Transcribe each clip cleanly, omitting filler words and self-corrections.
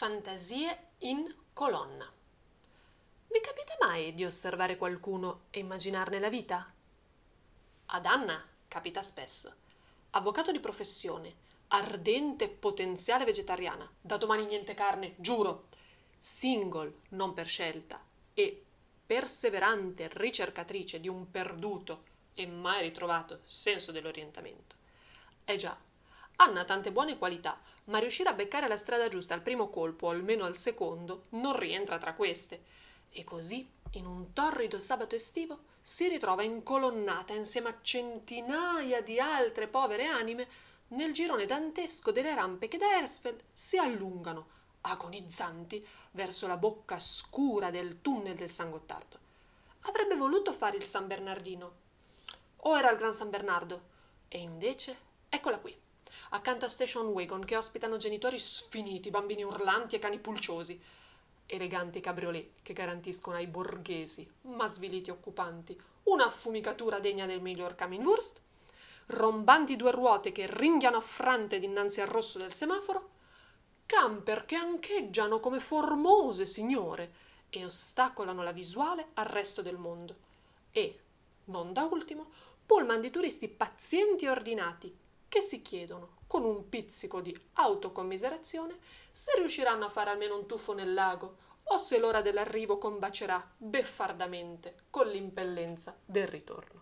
Fantasie in colonna. Vi capita mai di osservare qualcuno e immaginarne la vita? Ad Anna capita spesso. Avvocato di professione, ardente potenziale vegetariana, da domani niente carne, giuro, single, non per scelta, e perseverante ricercatrice di un perduto e mai ritrovato senso dell'orientamento. Già, Anna ha tante buone qualità, ma riuscire a beccare la strada giusta al primo colpo o almeno al secondo non rientra tra queste. E così, in un torrido sabato estivo, si ritrova incolonnata insieme a centinaia di altre povere anime nel girone dantesco delle rampe che da Hersfeld si allungano, agonizzanti, verso la bocca scura del tunnel del San Gottardo. Avrebbe voluto fare il San Bernardino, o era il Gran San Bernardo, e invece eccola qui, accanto a station wagon che ospitano genitori sfiniti, bambini urlanti e cani pulciosi, eleganti cabriolet che garantiscono ai borghesi, ma sviliti occupanti, una affumicatura degna del miglior Kamenwurst, rombanti due ruote che ringhiano affrante dinanzi al rosso del semaforo, camper che ancheggiano come formose signore e ostacolano la visuale al resto del mondo, e, non da ultimo, pullman di turisti pazienti e ordinati che si chiedono, con un pizzico di autocommiserazione, se riusciranno a fare almeno un tuffo nel lago o se l'ora dell'arrivo combacerà beffardamente con l'impellenza del ritorno.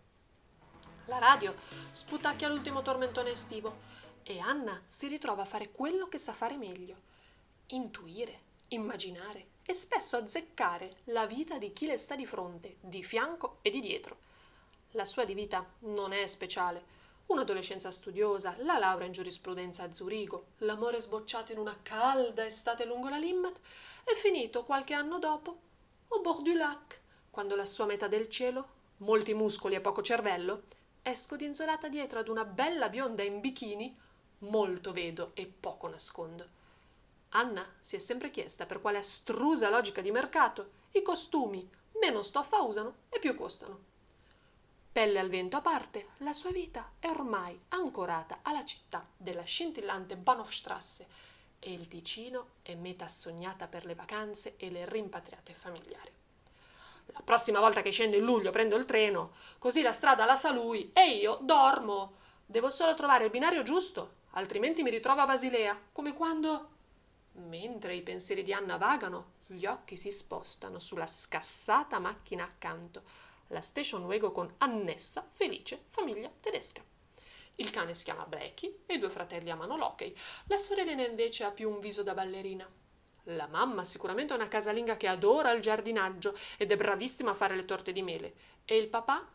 La radio sputacchia l'ultimo tormentone estivo e Anna si ritrova a fare quello che sa fare meglio: intuire, immaginare e spesso azzeccare la vita di chi le sta di fronte, di fianco e di dietro. La sua di vita non è speciale. Un'adolescenza studiosa, la laurea in giurisprudenza a Zurigo, l'amore sbocciato in una calda estate lungo la Limmat è finito qualche anno dopo au bord du lac, quando la sua metà del cielo, molti muscoli e poco cervello, è scodinzolata dietro ad una bella bionda in bikini, molto vedo e poco nascondo. Anna si è sempre chiesta per quale astrusa logica di mercato i costumi meno stoffa usano e più costano. Pelle al vento a parte, la sua vita è ormai ancorata alla città della scintillante Bahnhofstrasse e il Ticino è meta sognata per le vacanze e le rimpatriate familiari. La prossima volta che scendo in luglio prendo il treno, così la strada la sa lui e io dormo. Devo solo trovare il binario giusto, altrimenti mi ritrovo a Basilea, come quando... Mentre i pensieri di Anna vagano, gli occhi si spostano sulla scassata macchina accanto, la station wagon con annessa, felice famiglia tedesca. Il cane si chiama Blackie e i due fratelli amano l'hockey, la sorellina invece ha più un viso da ballerina. La mamma sicuramente è una casalinga che adora il giardinaggio ed è bravissima a fare le torte di mele. E il papà?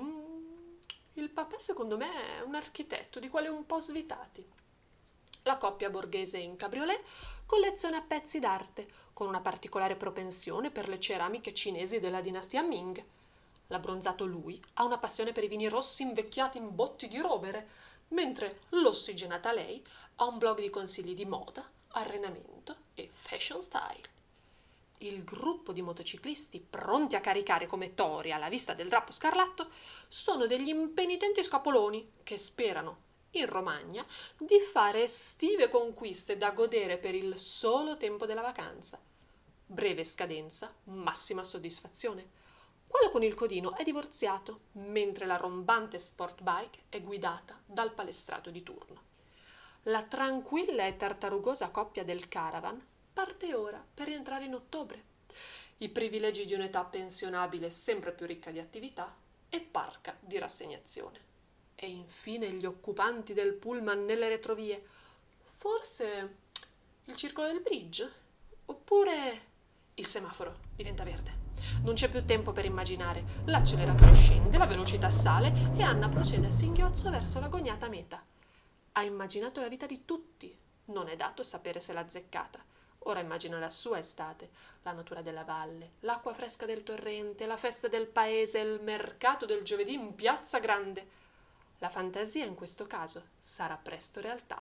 Il papà secondo me è un architetto di quelli un po' svitati. La coppia borghese in cabriolet colleziona pezzi d'arte, con una particolare propensione per le ceramiche cinesi della dinastia Ming. L'abbronzato lui ha una passione per i vini rossi invecchiati in botti di rovere, mentre l'ossigenata lei ha un blog di consigli di moda, allenamento e fashion style. Il gruppo di motociclisti pronti a caricare come tori alla vista del drappo scarlatto sono degli impenitenti scapoloni che sperano, in Romagna, di fare estive conquiste da godere per il solo tempo della vacanza. Breve scadenza, massima soddisfazione. Quello con il codino è divorziato, mentre la rombante sport bike è guidata dal palestrato di turno. La tranquilla e tartarugosa coppia del caravan parte ora per rientrare in ottobre. I privilegi di un'età pensionabile sempre più ricca di attività e parca di rassegnazione. E infine gli occupanti del pullman nelle retrovie. Forse il circolo del bridge? Oppure il semaforo diventa verde. Non c'è più tempo per immaginare. L'acceleratore scende, la velocità sale e Anna procede a singhiozzo verso l'agognata meta. Ha immaginato la vita di tutti. Non è dato sapere se l'ha azzeccata. Ora immagina la sua estate, la natura della valle, l'acqua fresca del torrente, la festa del paese, il mercato del giovedì in Piazza Grande. La fantasia in questo caso sarà presto realtà.